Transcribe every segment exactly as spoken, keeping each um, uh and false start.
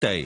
地。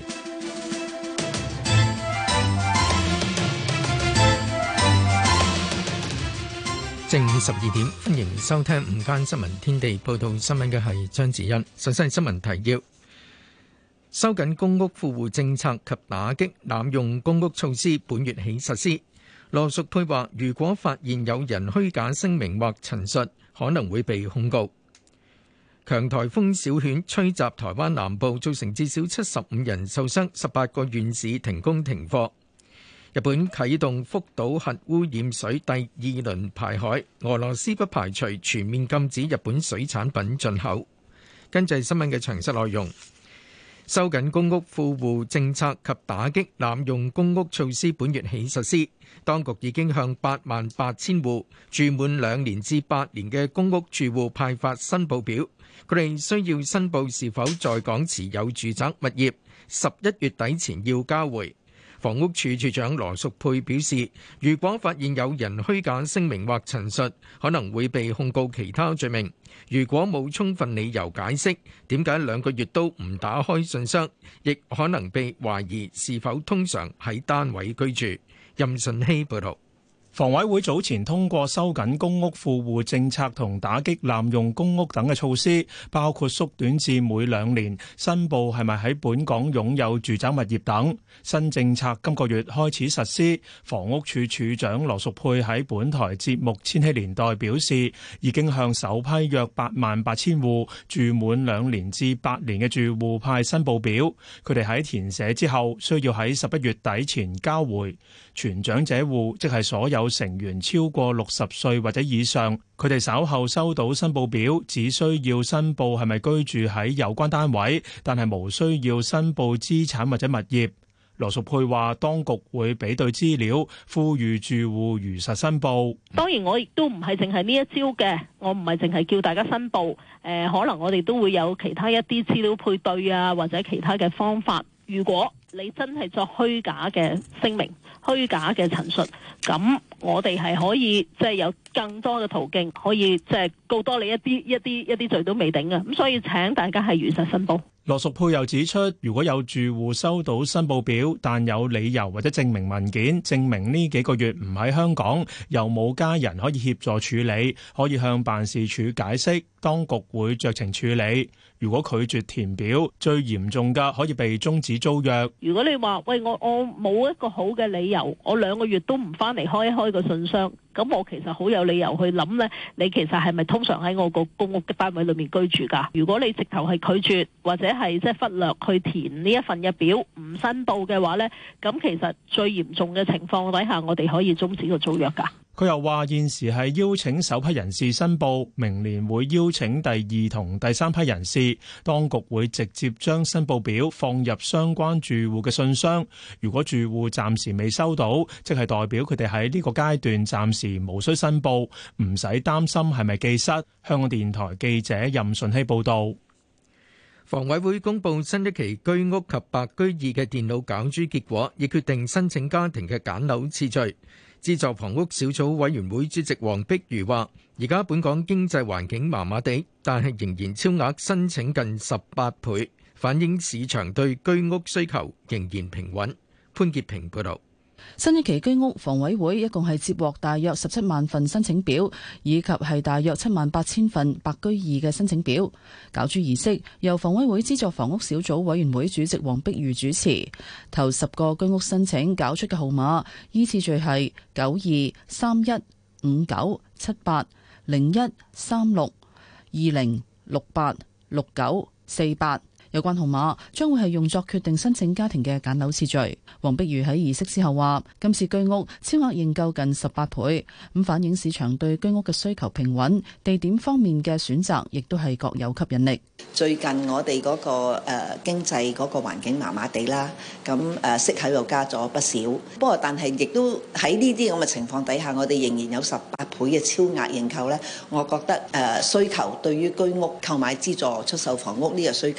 正午十二點，歡迎收聽午間新聞天地。報道新聞嘅係張子欣。首先係新聞提要：收緊公屋富戶政策及打擊濫用公屋措施，本月起實施。羅淑佩話，如果發現有人虛假聲明或陳述，可能會被控告。強颱風小犬吹襲台灣南部，造成至少七十五人受傷，十八個縣市停工停課。日本啟動福島核污染水第二輪排海，俄羅斯不排除全面禁止日本水產品進口。跟住新聞嘅詳細內容，收緊公屋富戶政策及打擊濫用公屋措施，本月起實施。當局已經向八萬八千戶住滿兩年至八年嘅公屋住戶派發申報表，佢哋需要申報是否在港持有住宅物業，十一月底前要交回。房屋署署長羅淑佩表示，如果發現有人虛假聲明或陳述，可能會被控告其他罪名。如果冇充分理由解釋點解兩個月都唔打開信箱，亦可能被懷疑是否通常喺單位居住。任順希報導。 房委會早前通過收緊公屋富戶政策同打擊濫用公屋等嘅措施，包括縮短至每兩年申報係咪喺本港擁有住宅物業等。新政策今個月開始實施。房屋署署長羅淑佩喺本台節目《千禧年代》表示，已經向首批約八萬八千戶住滿兩年至八年嘅住戶派申報表，佢哋喺填寫之後需要喺十一月底前交回。全長者戶即係所有成員超過六十歲或者以上，佢哋稍後收到申報表，只需要申報係咪居住喺有關單位，但係無需要申報資產或者物業。羅淑佩話，當局會比對資料，呼籲住戶如實申報。 當然，我亦都唔係淨係呢一招嘅，我唔係淨係叫大家申報。誒、呃，可能我哋都會有其他一啲資料配對啊，或者其他嘅方法。如果你真係作虛假嘅聲明、虛假嘅陳述，咁我哋係可以即係、就是、有更多嘅途徑，可以即係告多你一啲一啲一啲罪都未定嘅。咁所以請大家係如實申報。 羅淑佩又指出，如果有住戶收到申報表，但有理由或者證明文件證明呢幾個月唔喺香港，又冇家人可以協助處理，可以向辦事處解釋，當局會酌情處理。如果拒絕填表，最嚴重嘅可以被終止租約。 如果你話喂，我我冇一個好嘅理由，我兩個月都唔翻嚟開一開個信箱，咁我其實好有理由去諗呢，你其實係咪通常喺我個公屋嘅單位裏面居住㗎？如果你直頭係拒絕或者係即係忽略去填呢一份嘅表，唔申報嘅話呢，咁其實最嚴重嘅情況底下，我哋可以終止個租約㗎。 佢又話，現時係邀請首批人士申報，明年會邀請第二同第三批人士，當局會直接將申報表放入相關住戶嘅信箱。如果住戶暫時未收到，即係代表佢哋喺呢個階段暫時無需申報，唔使擔心係咪記失。香港電台記者任順希報導。 房委會公布新一期居屋及白居二嘅電腦攪珠結果，已決定申請家庭嘅揀樓次序。資助房屋小組委員會主席黃碧如話，而家本港經濟環境麻麻地，但係仍然超額申請近十八倍，反映市場對居屋需求仍然平穩。潘潔平報導。 新一期居屋房委會一共係接獲大約十七萬份申請表，以及係大約七萬八千份白居二嘅申請表。攪珠儀式由房委會資助房屋小組委員會主席黃碧如主持。頭十個居屋申請攪出嘅號碼依次序係九二三一五九七八零一三六二零六八六九四八。有關號碼將會係用作決定申請家庭嘅揀樓次序。黃碧如喺儀式之後話，今次居屋超額認購近十八倍，咁反映市場對居屋嘅需求平穩，地點方面嘅選擇亦都係各有吸引力。 最近我哋嗰、那個誒、呃、經濟嗰個環境麻麻地啦，咁誒息口又加咗不少。不過但係亦都喺呢啲咁嘅情況底下，我哋仍然有十八倍嘅超額認購咧。我覺得誒、呃、需求對於居屋購買資助出售房屋呢個需求，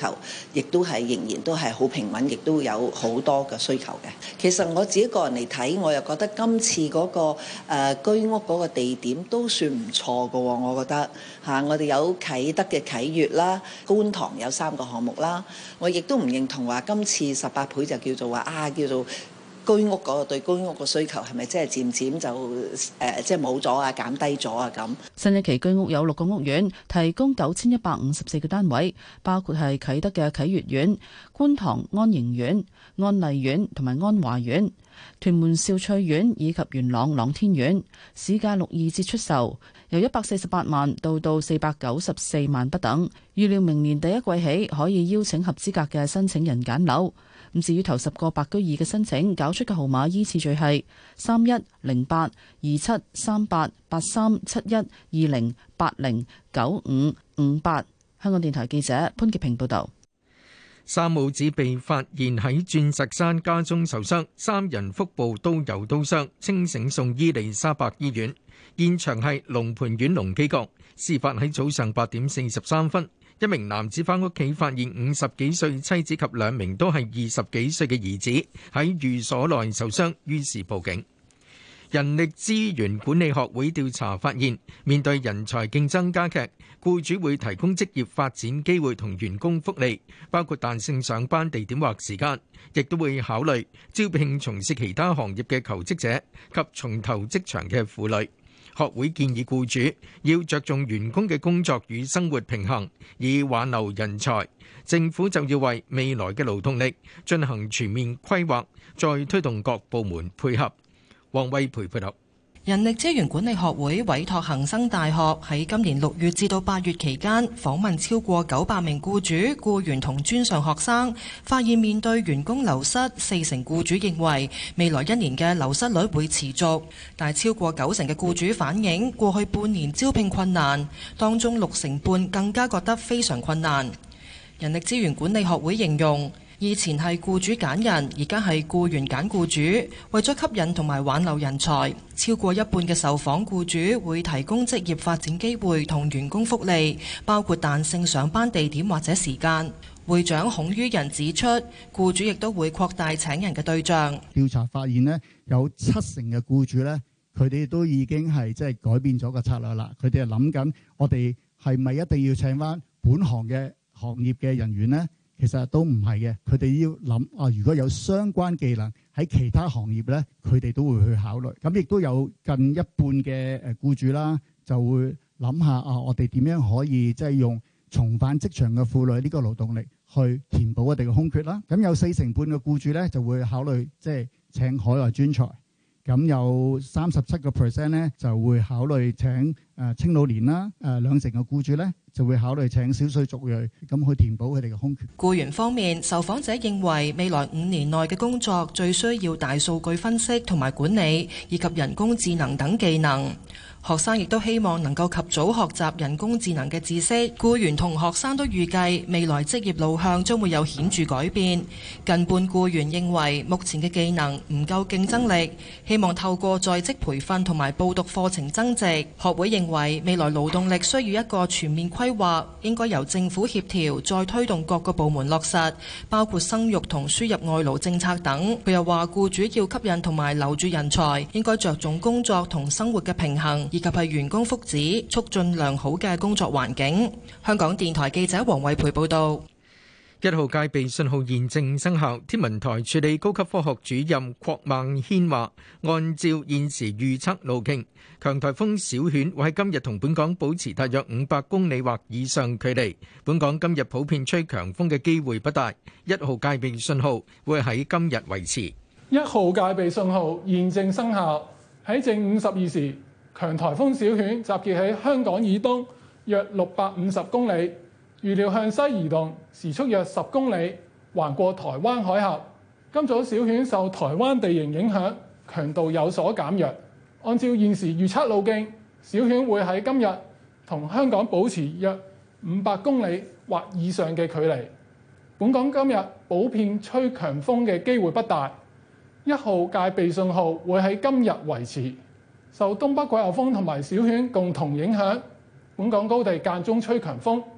亦都係仍然都係好平穩，亦都有好多嘅需求嘅。其實我自己個人嚟睇，我又覺得今次嗰個誒居屋嗰個地點都算唔錯㗎喎，我覺得嚇，我哋有啟德嘅啟悅啦，觀塘有三個項目啦，我亦都唔認同話今次十八倍就叫做話啊叫做。居屋嗰個對居屋個需求係咪即係漸漸就誒、呃、即係冇咗啊減低咗啊咁？ 新一期居屋有六個屋苑，提供九千一百五十四個單位，包括係啟德嘅啟悅苑、觀塘安盈苑、安麗苑同埋安華苑、屯門兆翠苑以及元朗朗天苑，市價六二折出售，由一百四十八萬到到四百九十四萬不等。預料明年第一季起可以邀請合資格嘅申請人揀樓。咁至於頭十個白居二嘅申請，搞出嘅號碼依次序係三一零八二七三八八三七一二零八零九五五八。香港電台記者潘潔平報導。 三母子被發現喺鑽石山家中受傷，三人腹部都有刀傷，清醒送伊利沙伯醫院。現場係龍蟠苑隆基閣，事發喺早上八點四十三分。一名男子返屋企發現五十幾歲妻子及兩名都係二十幾歲嘅兒子喺寓所內受傷，於是報警。人力資源管理學會調查發現，面對人才競爭加劇，僱主會提供職業發展機會同員工福利，包括彈性上班地點或時間，亦都會考慮招聘從事其他行業嘅求職者及重投職場嘅婦女。學會建議僱主要着重員工嘅工作與生活平衡，以挽留人才。政府就要為未來嘅勞動力進行全面規劃，再推動各部門配合。黃惠培報道。 人力資源管理學會委託恒生大學喺今年六月至到八月期間訪問超過九百名僱主、僱員同專上學生，發現面對員工流失，四成僱主認為未來一年嘅流失率會持續，但係超過九成嘅僱主反映過去半年招聘困難，當中六成半更加覺得非常困難。人力資源管理學會形容，以前係僱主揀人，而家係僱員揀僱主。為咗吸引同埋挽留人才，超過一半嘅受訪僱主會提供職業發展機會同員工福利，包括彈性上班地點或者時間。會長孔于人指出，僱主亦都會擴大請人嘅對象。 調查發現呢，有七成嘅僱主呢，佢哋都已經係即係改變咗個策略啦。佢哋係諗緊，我哋係咪一定要請翻本行嘅行業嘅人員呢？其實都唔係嘅，佢哋要諗啊，如果有相關技能喺其他行業咧，佢哋都會去考慮。咁亦都有近一半嘅誒僱主啦，就會諗下啊，我哋點樣可以即係用重返職場嘅婦女呢個勞動力去填補我哋嘅空缺啦。咁有四成半嘅僱主咧就會考慮即係請海外專才。咁有三十七個 percent 咧就會考慮請誒青老年啦，誒兩成嘅僱主咧就會考慮請少數族裔，咁去填補佢哋嘅空缺。 僱員方面，受訪者認為未來五年內嘅工作最需要大數據分析同埋管理，以及人工智能等技能。學生亦都希望能夠及早學習人工智能嘅知識。僱員同學生都預計未來職業路向將會有顯著改變。近半僱員認為目前嘅技能唔夠競爭力，希望透過在職培訓同埋報讀課程增值。學會認為未來勞動力需要一個全面規劃，應該由政府協調，再推動各個部門落實，包括生育同輸入外勞政策等。佢又話僱主要吸引同埋留住人才，應該着重工作同生活嘅平衡，以及係員工福祉，促進良好嘅工作環境。香港電台記者黃惠培報道。 一號戒備信號現正生效，天文台助理高級科學主任郭孟軒話，按照現時預測路徑，強颱風小犬會喺今日同本港保持大約五百公里或以上距離。本港今日普遍吹強風嘅機會不大，一號戒備信號會喺今日維持。 一號戒備信號現正生效，喺正午十二時，強颱風小犬集結喺香港以東約六百五十公里，預料向西移動，時速約十公里，橫過台灣海峽。今早小犬受台灣地形影響，強度有所減弱。按照現時預測路徑，小犬會喺今日同香港保持約五百公里或以上嘅距離。本港今日普遍吹強風嘅機會不大，一號戒備信號會喺今日維持。受東北季候風同埋小犬共同影響，本港高地間中吹強風。預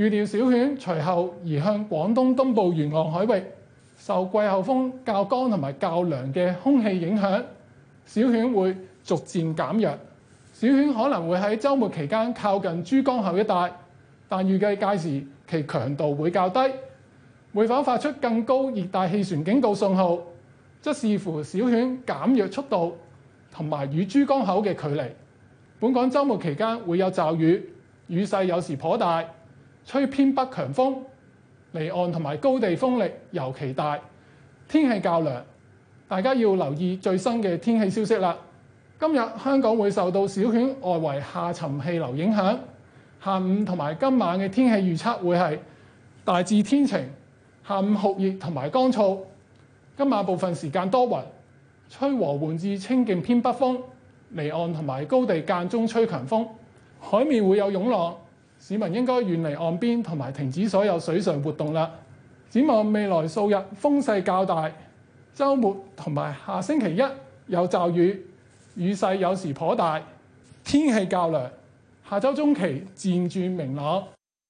預料小犬隨後移向廣東東部沿岸海域，受季候風較乾同埋較涼嘅空氣影響，小犬會逐漸減弱。小犬可能會喺週末期間靠近珠江口一帶，但預計屆時其強度會較低。會否發出更高熱帶氣旋警告信號，則視乎小犬減弱速度同埋與珠江口嘅距離。本港週末期間會有驟雨，雨勢有時頗大，吹偏北強風，離岸同埋高地風力尤其大，天氣較涼。大家要留意最新嘅天氣消息啦。今日香港會受到小犬外圍下沉氣流影響，下午同埋今晚嘅天氣預測會係大致天晴，下午酷熱同埋乾燥。今晚部分時間多雲，吹和緩至清勁偏北風，離岸同埋高地間中吹強風，海面會有湧浪，市民應該遠離岸邊同埋停止所有水上活動啦。展望未來數日風勢較大，週末同埋下星期一有驟雨，雨勢有時頗大，天氣較涼。下週中期漸轉明朗。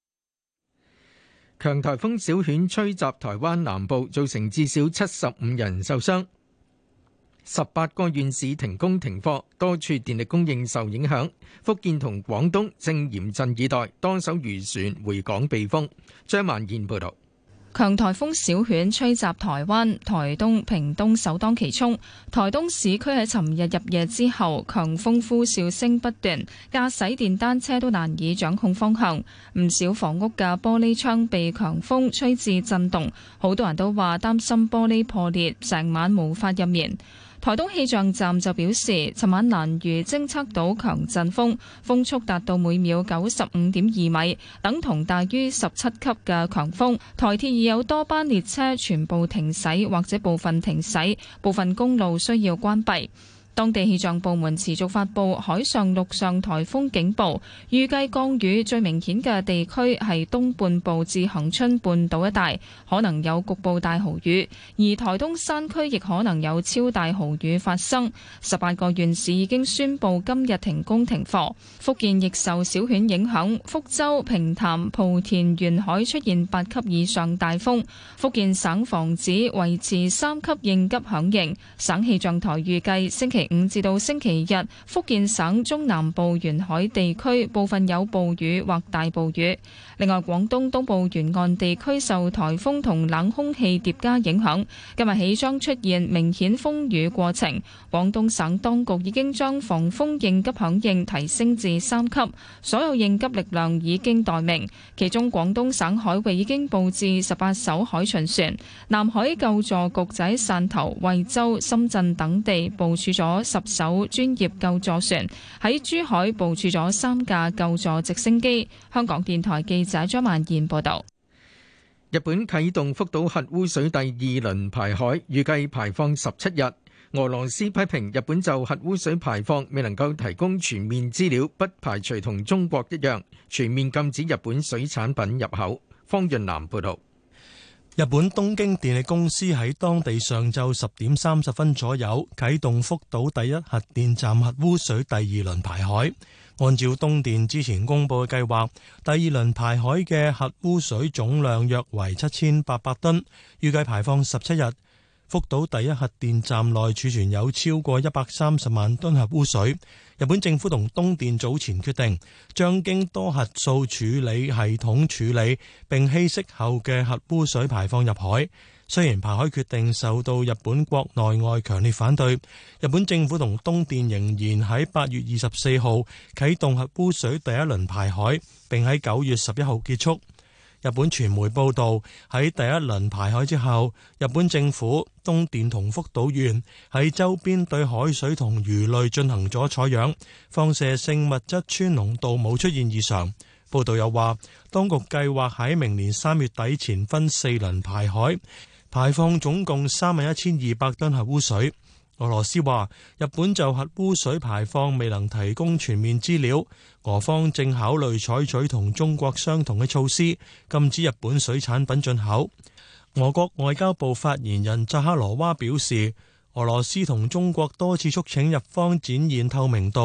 強颱風小犬吹襲台灣南部，造成至少七十五人受傷，十八個縣市停工停課，多處電力供應受影響。福建同廣東正嚴陣以待，多艘漁船回港避風。張萬燕報導。 強颱風小犬吹襲台灣，台東、屏東首當其衝。台東市區喺尋日入夜之後，強風呼嘯聲不斷，駕駛電單車都難以掌控方向。唔少房屋嘅玻璃窗被強風吹至震動，好多人都話擔心玻璃破裂，成晚無法入眠。台東氣象站就表示，尋晚蘭嶼偵測到強陣風，風速達到每秒九十五點二米，等同大於十七級嘅強風。台鐵已有多班列車全部停駛或者部分停駛，部分公路需要關閉。當地氣象部門持續發布海上、陸上颱風警報，預計降雨最明顯嘅地區係東半部至恆春半島一帶，可能有局部大豪雨，而台東山區亦可能有超大豪雨發生。十八個縣市已經宣布今日停工停課。福建亦受小犬影響，福州、平潭、莆田沿海出現八級以上大風。福建省防指維持三級應急響應。省氣象台預計星期五至到星期日，福建省中南部沿海地區部分有暴雨或大暴雨。另外，廣東東部沿岸地區受颱風同冷空氣疊加影響，今日起將出現明顯風雨過程。廣東省當局已經將防風應急響應提升至三級，所有應急力量已經待命。其中，廣東省海域已經佈置十八艘海巡船，南海救助局在汕頭、惠州、深圳等地部署咗十艘專業救助船，喺珠海部署咗三架救助直升機。香港電台記者張萬燕報道。 日本啟動福島核污水第二輪排海，預計排放十七日。俄羅斯批評日本就核污水排放未能夠提供全面資料，不排除同中國一樣全面禁止日本水產品入口。方潤南報道。 日本東京電力公司喺當地上晝十點三十分左右啟動福島第一核電站核污水第二輪排海。按照東電之前公布嘅計劃，第二輪排海嘅核污水總量約為七千八百噸，預計排放十七日。福島第一核電站內儲存有超過一百三十萬噸核污水。日本政府同東電早前決定，將經多核素處理系統處理並稀釋後嘅核污水排放入海。雖然排海決定受到日本國內外強烈反對，日本政府同東電仍然喺八月二十四號啟動核污水第一輪排海，並喺九月十一號結束。日本傳媒報道，喺第一輪排海之後，日本政府、東電同福島縣喺周邊對海水同魚類進行咗採樣，放射性物質氚濃度冇出現異常。報道又話，當局計劃喺明年三月底前分四輪排海，排放總共三萬一千二百噸核污水。俄羅斯話，日本就核污水排放未能提供全面資料，俄方正考慮採取同中國相同嘅措施，禁止日本水產品進口。俄國外交部發言人扎哈羅娃表示，俄羅斯同中國多次促請日方展現透明度，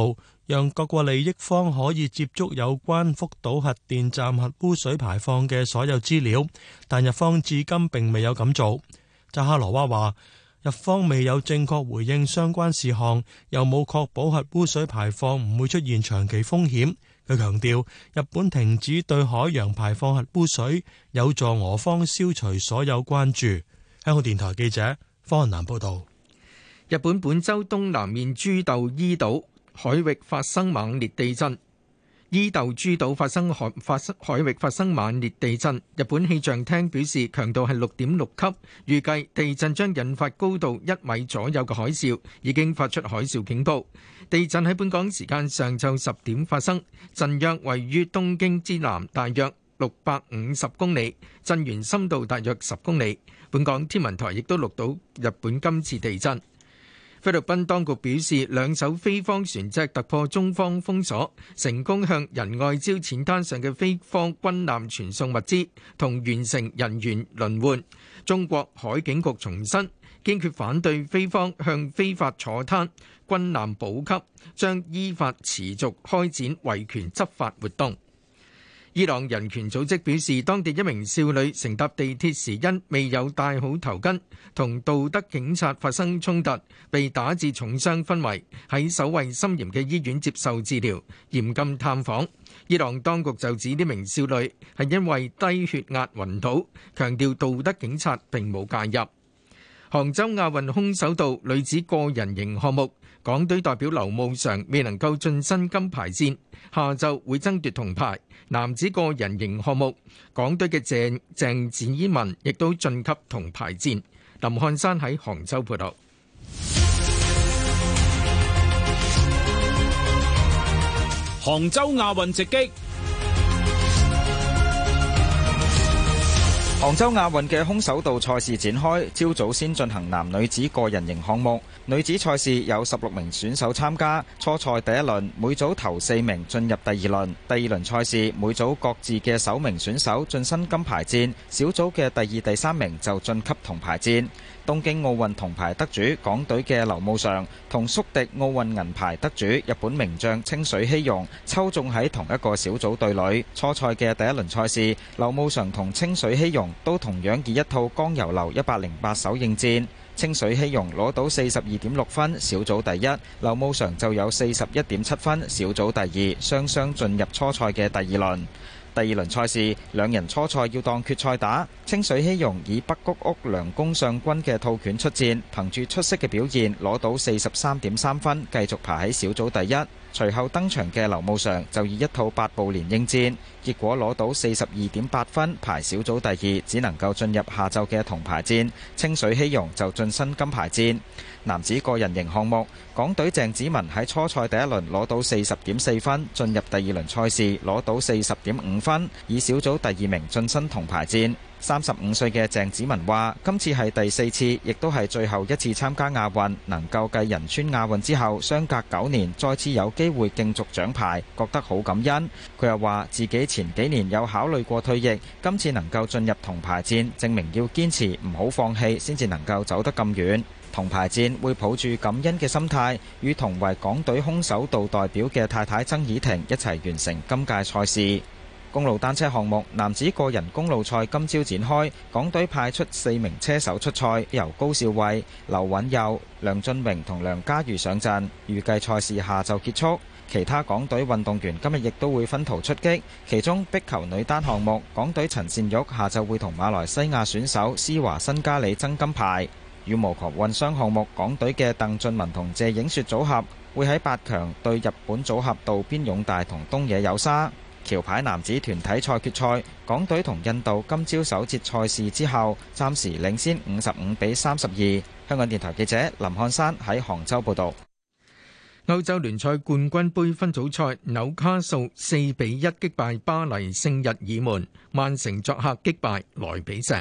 讓各個利益方可以接觸有關福島核電站核污水排放嘅所有資料，但日方至今並未有咁做。扎哈羅娃話，日方未有正確回應相關事項，又冇確保核污水排放唔會出現長期風險。佢強調，日本停止對海洋排放核污水，有助俄方消除所有關注。香港電台記者方雲南報道。 日本本州東南面豬竇伊島海域發生猛烈地震，伊豆諸島發生海發生海域發生猛烈地震。日本氣象廳表示，強度係六點六級，預計地震將引發高度一米左右嘅海嘯，已經發出海嘯警報。地震喺本港時間上晝十點發生，震央位於東京之南大約六百五十公里，震源深度大約十公里。本港天文台亦都錄到日本今次地震。菲律賓當局表示，兩艘菲方船隻突破中方封鎖，成功向仁愛礁淺灘上嘅菲方軍艦傳送物資，同完成人員輪換。中國海警局重申，堅決反對菲方向非法坐灘軍艦補給，將依法持續開展維權執法活動。伊朗人權組織表示，當地一名少女乘搭地鐵時因未有戴好頭巾，同道德警察發生衝突，被打至重傷昏迷，喺守衛森嚴嘅醫院接受治療，嚴禁探訪。伊朗當局就指呢名少女係因為低血壓暈倒，強調道德警察並冇介入。杭州亞運空手道女子個人型項目，港隊代表劉慕裳未能夠晉身金牌戰，下晝會爭奪銅牌。男子個人型項目，港隊嘅鄭鄭子依文亦都晉級銅牌戰。林漢山喺杭州報道。 杭州亞運直擊。杭州亞運嘅空手道賽事展開，朝早先進行男女子個人型項目。女子賽事有十六名選手參加，初賽第一輪每組頭四名進入第二輪，第二輪賽事每組各自嘅首名選手晉身金牌戰，小組嘅第二、第三名就晉級銅牌戰。東京奧運銅牌得主港隊嘅劉慕裳同宿敵奧運銀牌得主日本名將清水希容抽中喺同一個小組對壘。初賽嘅第一輪賽事，劉慕裳同清水希容都同樣以一套剛柔流一百零八手應戰。清水希容攞到四十二點六分，小組第一；劉慕裳就有四十一點七分，小組第二，雙雙進入初賽嘅第二輪。第二輪賽事，兩人初賽要當決賽打。清水希容以北谷屋良宮上軍嘅套拳出戰，憑住出色嘅表現攞到四十三點三分，繼續排喺小組第一。隨後登場嘅劉慕裳就以一套八步連應戰，結果攞到四十二點八分，排小組第二，只能夠進入下晝嘅銅牌戰。清水希容就晉身金牌戰。男子個人型項目，港隊鄭子文喺初賽第一輪攞到四十點四分，進入第二輪賽事攞到四十點五分，以小組第二名晉身銅牌戰。三十五歲嘅鄭子文話：今次係第四次，亦都係最後一次參加亞運，能夠繼仁川亞運之後，相隔九年再次有機會競逐獎牌，覺得好感恩。佢又話自己前幾年有考慮過退役，今次能夠進入銅牌戰，證明要堅持，唔好放棄，先至能夠走得咁遠。銅牌戰會抱住感恩嘅心態，與同為港隊空手道代表嘅太太曾以婷一齊完成今屆賽事。公路單車項目男子個人公路賽今朝展開，港隊派出四名車手出賽，由高少偉、劉允佑、梁俊榮同梁家瑜上陣，預計賽事下晝結束。其他港隊運動員今日亦都會分途出擊，其中壁球女單項目，港隊陳善玉下晝會同馬來西亞選手施華新加里爭金牌。羽毛球混雙項目，港隊嘅鄧俊文同謝影雪組合會喺八強對日本組合渡邊勇大同東野有沙。橋牌男子團體賽決賽，港隊同印度今朝首節賽事之後，暫時領先五十五比三十二。香港電台記者林漢山喺杭州報導。 歐洲聯賽冠軍杯分組賽，紐卡素四比一擊敗巴黎聖日耳門，曼城作客擊敗萊比錫。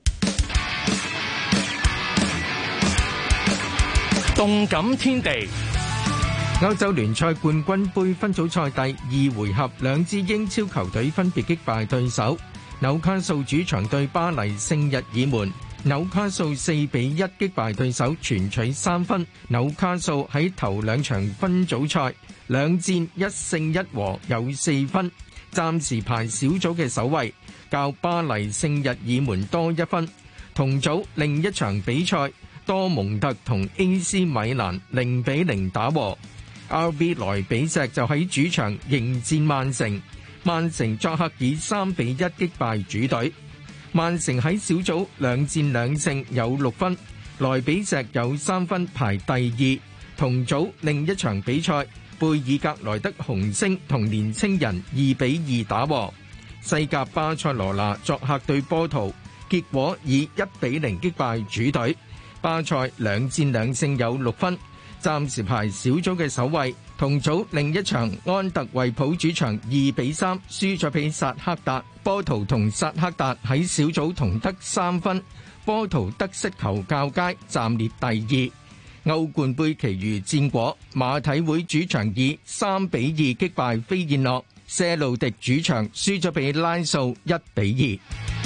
動感天地。 歐洲聯賽冠軍杯分組賽第二回合，兩支英超球隊分別擊敗對手。紐卡素主場對巴黎聖日耳門， 紐卡素四比一擊敗對手，全取三分。紐卡素喺頭兩場分組賽兩戰一勝一和，有四分，暫時排小組嘅首位，較巴黎聖日耳門多一分。同組另一場比賽，多蒙特同 A C 米蘭零比零打和。R B 萊比錫就喺主場迎戰曼城，曼城作客以三比一擊敗主隊。曼城喺小組兩戰兩勝，有六分，萊比錫有三分排第二。同組另一場比賽，貝爾格萊德紅星同年青人二比二打和。西甲巴塞羅那作客對波圖，結果以一比零擊敗主隊。巴塞兩戰兩勝，有六分，暫時排小組嘅首位。同組另一場，安特衛普主場二比三輸咗俾薩克達。波圖同薩克達喺小組同得三分，波圖得失球較佳，暫列第二。歐冠盃其餘戰果，馬體會主場以三比二擊敗飛燕諾，些路迪主場輸咗俾拉素一比二。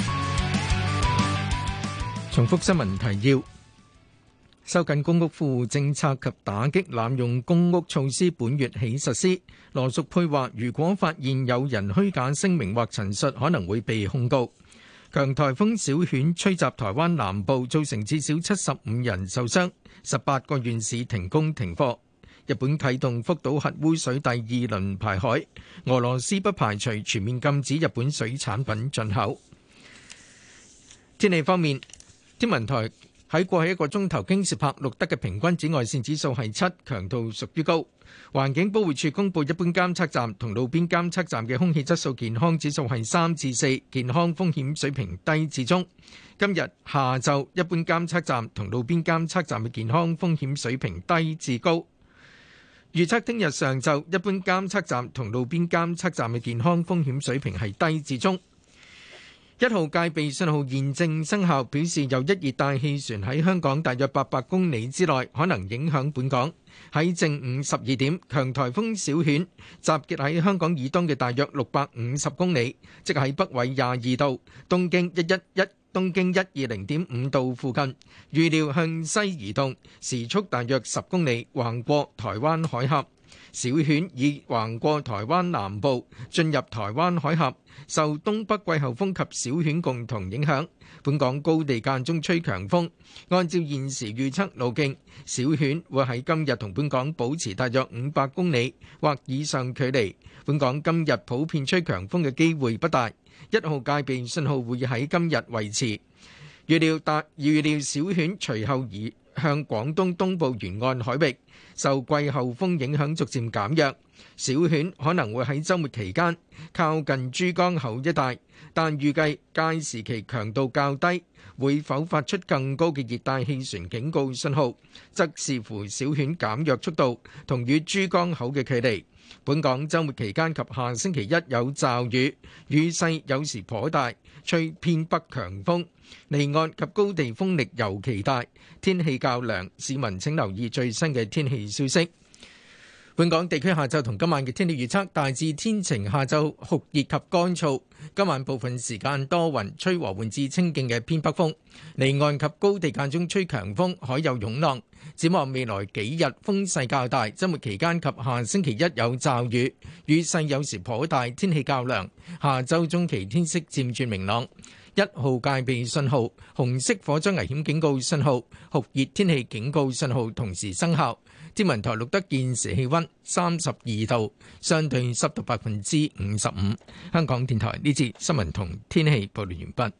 重複新聞提要。收緊公屋富戶政策及打擊濫用公屋措施本月起實施。羅淑佩話，如果發現有人虛假聲明或陳述，可能會被控告。強颱風小犬吹襲台灣南部，造成至少七十五人受傷，十八個縣市停工停課。日本啟動福島核污水第二輪排海，俄羅斯不排除全面禁止日本水產品進口。天氣方面，天文台喺過去一個鐘頭京士柏錄得嘅平均紫外線指數係七，強度屬於高。環境保護署公布一般監測站同路邊監測站嘅空氣質素健康指數係三至四，健康風險水平低至中。今日下晝一般監測站同路邊監測站嘅健康風險水平低至高。預測聽日上晝一般監測站同路邊監測站嘅健康風險水平係低至中。一號戒備信號現正生效，表示有一熱帶氣旋喺香港大約八百公里之內，可能影響本港。喺正午十二點，強颱風小犬集結喺香港以東嘅大約六百五十公里，即喺北緯廿二度、東經一一一、東經一二零點五度附近，預料向西移動，時速大約十公里，橫過台灣海峽。小犬已橫過台灣南部，進入台灣海峽，受東北季候風及小犬共同影響，本港高地間中吹強風。按照現時預測路徑，小犬會喺今日同本港保持大約五百公里或以上距離。本港今日普遍吹強風嘅機會不大，一號戒備信號會喺今日維持。預料大預料小犬隨後移向廣東東部沿岸海域，受季候風影響逐漸減弱。小犬可能會喺週末期間靠近珠江口一帶，但預計屆時其強度較低，會否發出更高嘅熱帶氣旋警告信號，則視乎小犬減弱速度同與珠江口嘅距離。本港週末期間及下星期一有驟雨，雨勢有時頗大，吹偏北強風，離岸及高地風力尤其大，天氣較涼，市民請留意最新嘅天氣消息。本港地區下晝同今晚嘅天氣預測，大致天晴，下晝酷熱及乾燥，今晚部分時間多雲，吹和緩至清勁嘅偏北風，離岸及高地間中吹強風，海有湧浪。展望未來幾日風勢較大，週末期間及下星期一有驟雨，雨勢有時頗大，天氣較涼。下週中期天色漸轉明朗。一號戒備信號、紅色火災危險警告信號、酷熱天氣警告信號同時生效。天文台錄得現時氣溫三十二度，相對濕度百分之五十五。香港電台呢節新聞同天氣報道完畢。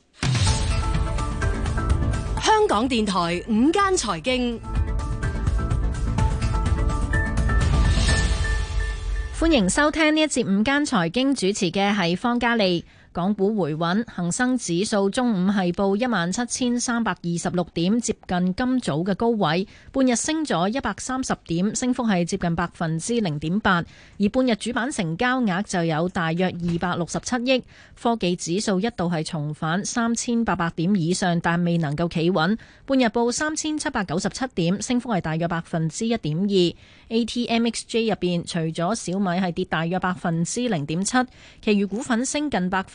香港電台午間財經， 歡迎收聽呢一節午間財經，主持嘅係方嘉利。港股回穩，恒生指數中午係報一萬七千三百二十六點，接近今早嘅高位，半日升咗一百三十點，升幅係接近百分之零點八。而半日主板成交額就有大約二百六十七億。科技指數一度係重返三千八百點以上，但未能夠企穩，半日報三千七百九十七點，升幅係大約百分之一點二。A T M X J 入邊，除咗小米係跌大約百分之零點七，其餘股份升近百分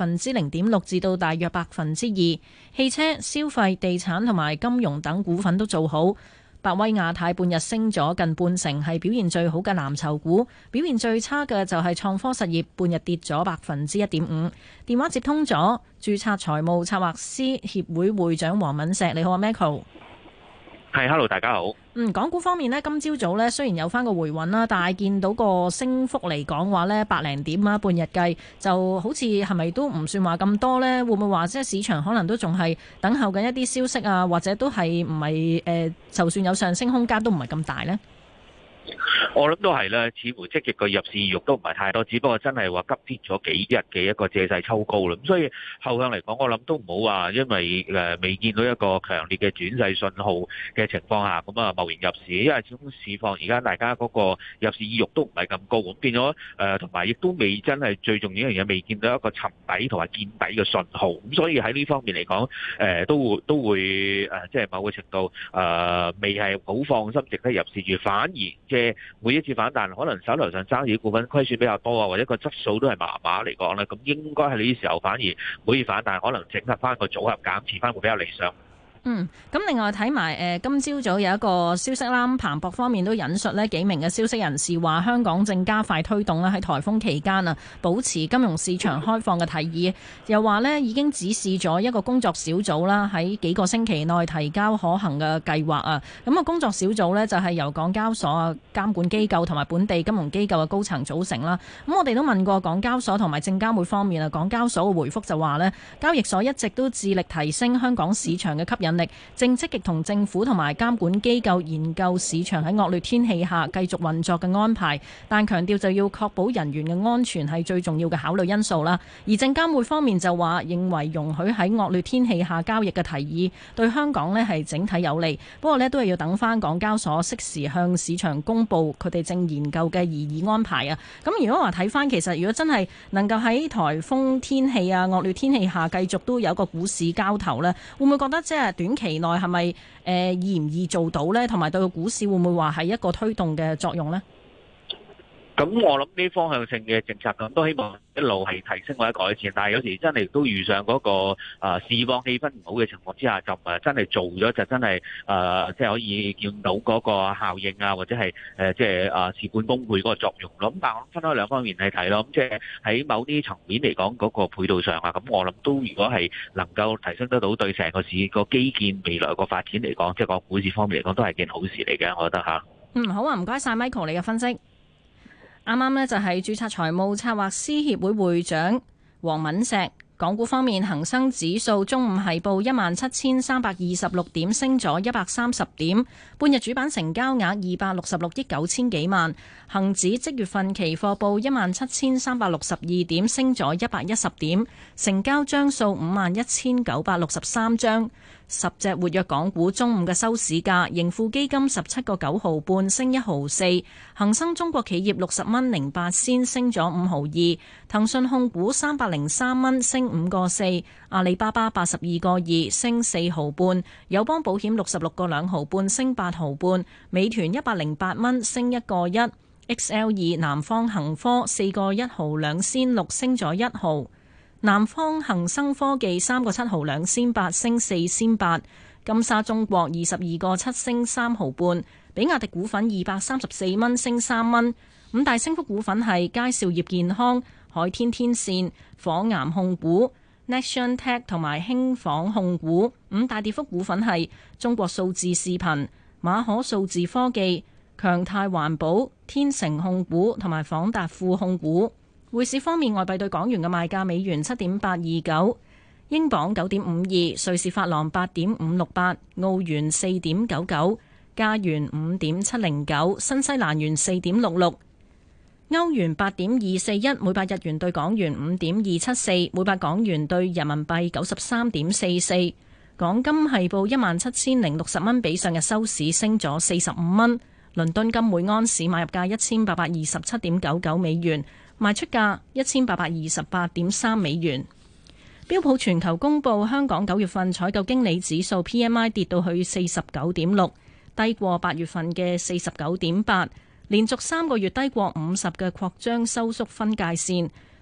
分之零點六至到大約百分之二。汽車、消費、地產同埋金融等股份都做好。百威亞太半日升咗近半成，係表現最好嘅藍籌股。表現最差嘅就係創科實業，半日跌咗百分之一點五。電話接通咗註冊財務策劃師協會會長黃敏石，你好啊 Michael。 係 ，hello， 大家好。 嗯，港股方面呢，今朝早呢雖然有翻個回穩啦，但係見到個升幅嚟講話呢，百零點啊，半日計就好似係咪都唔算話咁多呢？會唔會話即係市場可能都仲係等候緊一啲消息啊，或者都係唔係誒，就算有上升空間都唔係咁大呢？ 我諗都係啦，似乎積極個入市意欲都唔係太多，只不過真係話急跌咗幾日嘅一個借勢抽高啦。咁所以後向嚟講，我諗都唔好話，因為誒未見到一個強烈嘅轉勢信號嘅情況下，咁啊貿然入市，因為始終市況而家大家嗰個入市意欲都唔係咁高，咁變咗誒同埋亦都未真係最重要一樣嘢，未見到一個沉底同埋見底嘅信號。咁所以喺呢方面嚟講，誒都會都會誒即係某個程度誒未係好放心值得入市住，反而即係每一次反彈，可能手頭上揸住股份虧損比較多啊，或者個質素都係麻麻嚟講咧，咁應該喺呢啲時候反而每次反彈，可能整合翻個組合減持翻會比較理想。 嗯，咁另外睇埋誒今朝早有一個消息啦，彭博方面都引述呢幾名嘅消息人士話，香港正加快推動咧喺颱風期間啊，保持金融市場開放嘅提議，又話呢已經指示咗一個工作小組啦，喺幾個星期內提交可行嘅計劃啊。咁啊，工作小組呢就係由港交所啊監管機構同埋本地金融機構嘅高層組成啦。咁我哋都問過港交所同埋證監會方面啊，港交所嘅回覆就話呢，交易所一直都致力提升香港市場嘅吸引力，正積極同政府同埋監管機構研究市場喺惡劣天氣下繼續運作嘅安排，但強調就要確保人員嘅安全係最重要嘅考慮因素啦。而證監會方面就話，認為容許喺惡劣天氣下交易嘅提議對香港呢係整體有利，不過呢都係要等翻港交所適時向市場公佈佢哋正研究嘅擬議安排啊。咁如果話睇翻，其實如果真係能夠喺颱風天氣啊惡劣天氣下繼續都有一個股市交投呢，會唔會覺得即係短期內係咪誒易唔易做到呢？同埋對個股市會唔會話係一個推動嘅作用呢？ 咁我諗呢方向性嘅政策咁都希望一路係提升或者改善，但係有時真係都遇上嗰個啊市況氣氛唔好嘅情況之下，就唔係真係做咗就真係誒即係可以見到嗰個效應啊，或者係誒即係啊事半功倍嗰個作用咯。咁但係我諗分開兩方面去睇咯。咁即係喺某啲層面嚟講嗰個配套上啊，咁我諗都如果係能夠提升得到對成個市個基建未來個發展嚟講，即係個股市方面嚟講都係件好事嚟嘅，我覺得嚇。 嗯，好啊，唔該晒 Michael 你嘅分析。啱啱呢就係註冊財務策劃師協會會長黃敏石。港股方面，恒生指數中午係報一萬七千三百二十六點，升咗一百三十點。半日主板成交額二百六十六億九千幾萬。恒指即月份期貨報一萬七千三百六十二點，升咗一百一十點。成交張數五萬一千九百六十三張。十隻活躍港股中午嘅收市價，盈富基金十七個九毫半，升一毫四；恒生中國企業六十蚊零八仙，升咗五毫二；騰訊控股三百零三蚊，升五個四；阿里巴巴八十二個二，升四毫半；友邦保險六十六個兩毫半，升八毫半；美團一百零八蚊，升一個一；X L 二南方恒科四個一毫兩仙六，升咗一毫。南方恒生科技三個七毫兩仙八，升四仙八。金沙中國二十二個七，升三毫半。比亞迪股份二百三十四蚊，升三蚊。五大升幅股份係佳兆業健康、海天天線、火岩控股、Nextion Tech 同埋興紡控股。五大跌幅股份係中國數字視頻、馬可數字科技、強泰環保、天成控股同埋訪達富控股。匯市方面，外幣對港元嘅賣價：美元七點八二九，英鎊九點五二，瑞士法郎八點五六八，澳元四點九九，加元五點七零九，新西蘭元四點六六，歐元八點二四一，每百日元對港元五點二七四，每百港元對人民幣九十三點四四。港金係報一萬七千零六十蚊，比上日收市升咗四十五蚊。倫敦金每安士買入價一千八百二十七點九九美元。賣出價一千八百二十八點三美元。標普全球公佈香港九月份採購經理指數 P M I 跌到去四十九點六，低過八月份嘅四十九點八，連續三個月低過五十嘅擴張收縮分界線。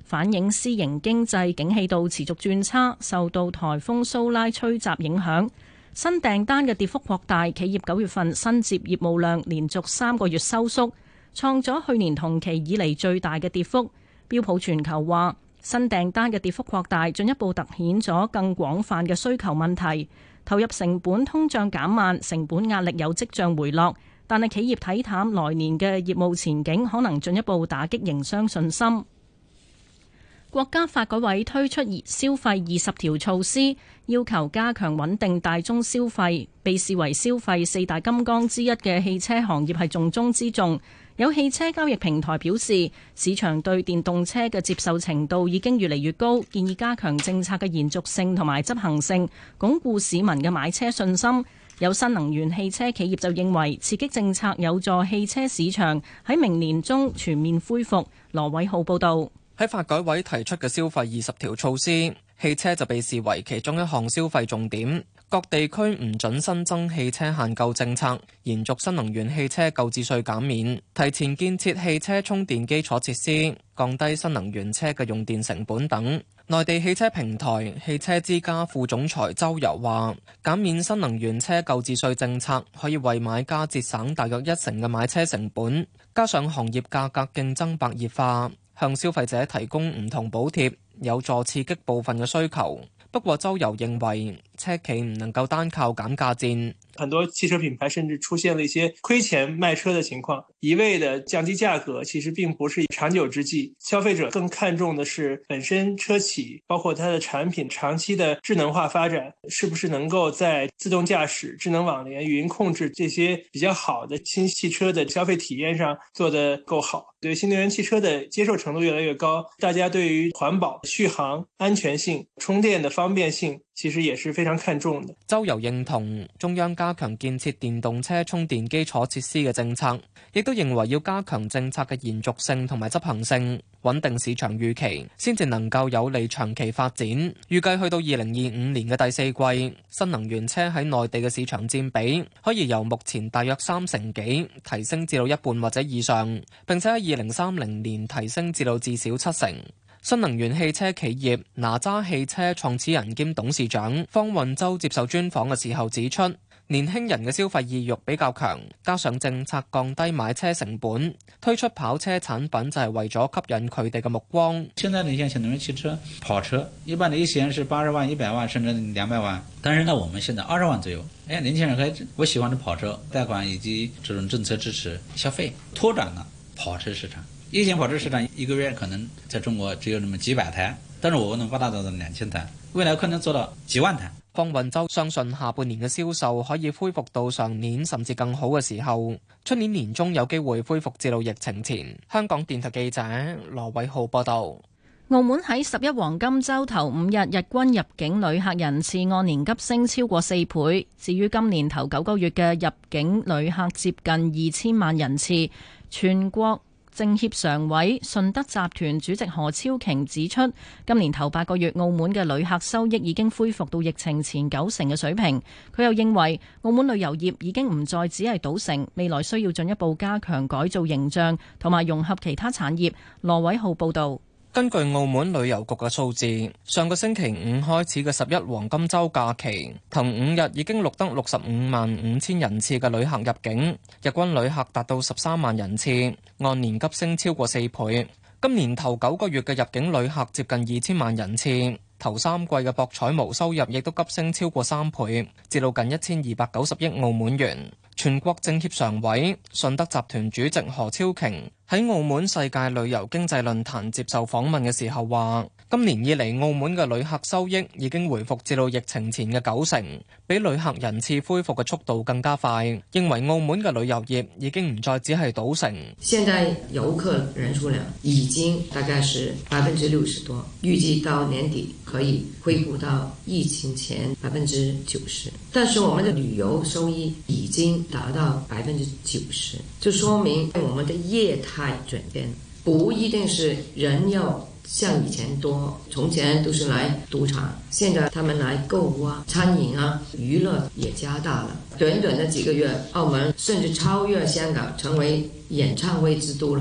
反映私營經濟景氣度持續轉差，受到颱風蘇拉吹襲影響。新訂單嘅跌幅擴大，企業九月份新接業務量連續三個月收縮，創咗去年同期以嚟最大嘅跌幅。標普全球話，新訂單嘅跌幅擴大，進一步突顯咗更廣泛嘅需求問題。投入成本通脹減慢，成本壓力有跡象回落，但係企業睇淡來年嘅業務前景，可能進一步打擊營商信心。國家發改委推出消費二十條措施，要求加強穩定大宗消費。被視為消費四大金剛之一嘅汽車行業係重中之重。有汽車交易平台表示，市場對電動車嘅接受程度已經越嚟越高，建議加強政策嘅延續性同埋執行性，鞏固市民嘅買車信心。有新能源汽車企業就認為，刺激政策有助汽車市場喺明年中全面恢復。羅偉浩報導。 喺發改委提出嘅消費二十條措施，汽車就被視為其中一項消費重點。各地區唔准新增汽車限購政策，延續新能源汽車購置稅減免，提前建設汽車充電基礎設施，降低新能源車嘅用電成本等。內地汽車平台汽車之家副總裁周游話，減免新能源車購置稅政策可以為買家節省大約一成嘅買車成本，加上行業價格競爭白熱化，向消費者提供唔同補貼，有助刺激部分嘅需求。不過周游認為，車企唔能夠單靠減價戰。 很多汽車品牌甚至出現了一些虧錢賣車的情況，一味的降低價格其實並不是長久之計。消費者更看重的是本身車企包括它的產品長期的智能化發展，是不是能夠在自動駕駛、智能網聯、語音控制這些比較好的新汽車的消費體驗上做得夠好。對新能源汽車的接受程度越來越高，大家對於環保、續航、安全性、充電的方便性其實也是非常看重的。 周游認同中央加強建設電動車充電基礎設施嘅政策，亦都認為要加強政策嘅延續性同埋執行性，穩定市場預期，先至能夠有利長期發展。預計去到二零二五年嘅第四季，新能源車喺內地嘅市場佔比可以由目前大約三成幾提升至到一半或者以上，並且喺二零三零年提升至到至少七成。新能源汽車企業哪吒汽車創始人兼董事長方運舟接受專訪嘅時候指出，年輕人嘅消費意欲比較強，加上政策降低買車成本，推出跑車產品就係為咗吸引佢哋嘅目光。 現在呢，像新能源汽車、跑車，一般的一線是八十萬、一百萬甚至兩百萬，但是呢，我們現在二十萬左右。哎，年輕人可以，我喜歡的跑車，貸款以及這種政策支持消費，拓展了跑車市場。一線跑車市場一個月可能在中國只有那麼幾百台，但是我能發大到兩千台，未來可能做到幾萬台。 方運舟相信下半年嘅銷售可以恢復到上年甚至更好嘅時候，出年年中有機會恢復至到疫情前。香港電台記者羅偉浩報道。 澳門喺十一黃金週頭五日日均入境旅客人次按年急升超過四倍，至於今年頭九個月嘅入境旅客接近二千萬人次。全國政協常委、順德集團主席何超瓊指出，今年頭八個月澳門嘅旅客收益已經恢復到疫情前九成嘅水平。佢又認為澳門旅遊業已經唔再只係賭城，未來需要進一步加強改造形象同埋融合其他產業。羅偉浩報導。 根據澳門旅遊局嘅數字，上個星期五開始嘅十一黃金週假期，頭五日已經錄得六十五萬五千人次嘅旅客入境，日均旅客達到十三萬人次，按年急升超過四倍。今年頭九個月嘅入境旅客接近二千萬人次，頭三季嘅博彩毛收入亦都急升超過三倍，至到近一千二百九十億澳門元。全國政協常委、順德集團主席何超瓊喺澳門世界旅遊經濟論壇接受訪問嘅時候話，今年以嚟澳門嘅旅客收益已經回復至到疫情前嘅九成，比旅客人次恢復嘅速度更加快。認為澳門嘅旅遊業已經唔再只係賭城。 現在遊客人數量已經大概是百分之六十多，預計到年底可以恢復到疫情前百分之九十。但是我們的旅遊收益已經達到百分之九十，就說明我們的業態轉變，不一定是人要像以前多，從前都是來賭場，現在他們來購物啊、餐飲啊、娛樂也加大了。短短的幾個月，澳門甚至超越香港，成為演唱會之都了。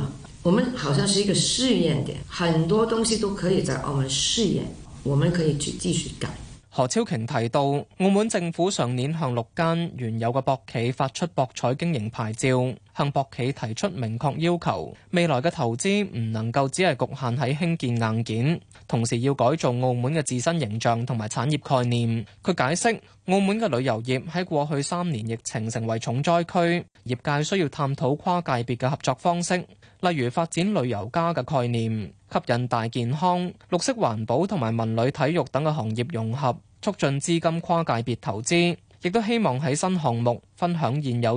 我們好像是一個試驗點，很多東西都可以在澳門試驗，我們可以去繼續改。 何超瓊提到，澳門政府上年向六間原有嘅博企發出博彩經營牌照，向博企提出明確要求，未來嘅投資唔能夠只係局限喺興建硬件，同時要改造澳門嘅自身形象同埋產業概念。佢解釋，澳門嘅旅遊業喺過去三年疫情成為重災區，業界需要探討跨界別嘅合作方式，例如發展旅遊加嘅概念，吸引大健康、綠色環保同埋文旅體育等嘅行業融合，促進資金跨界別投資，亦都希望喺新項目分享現有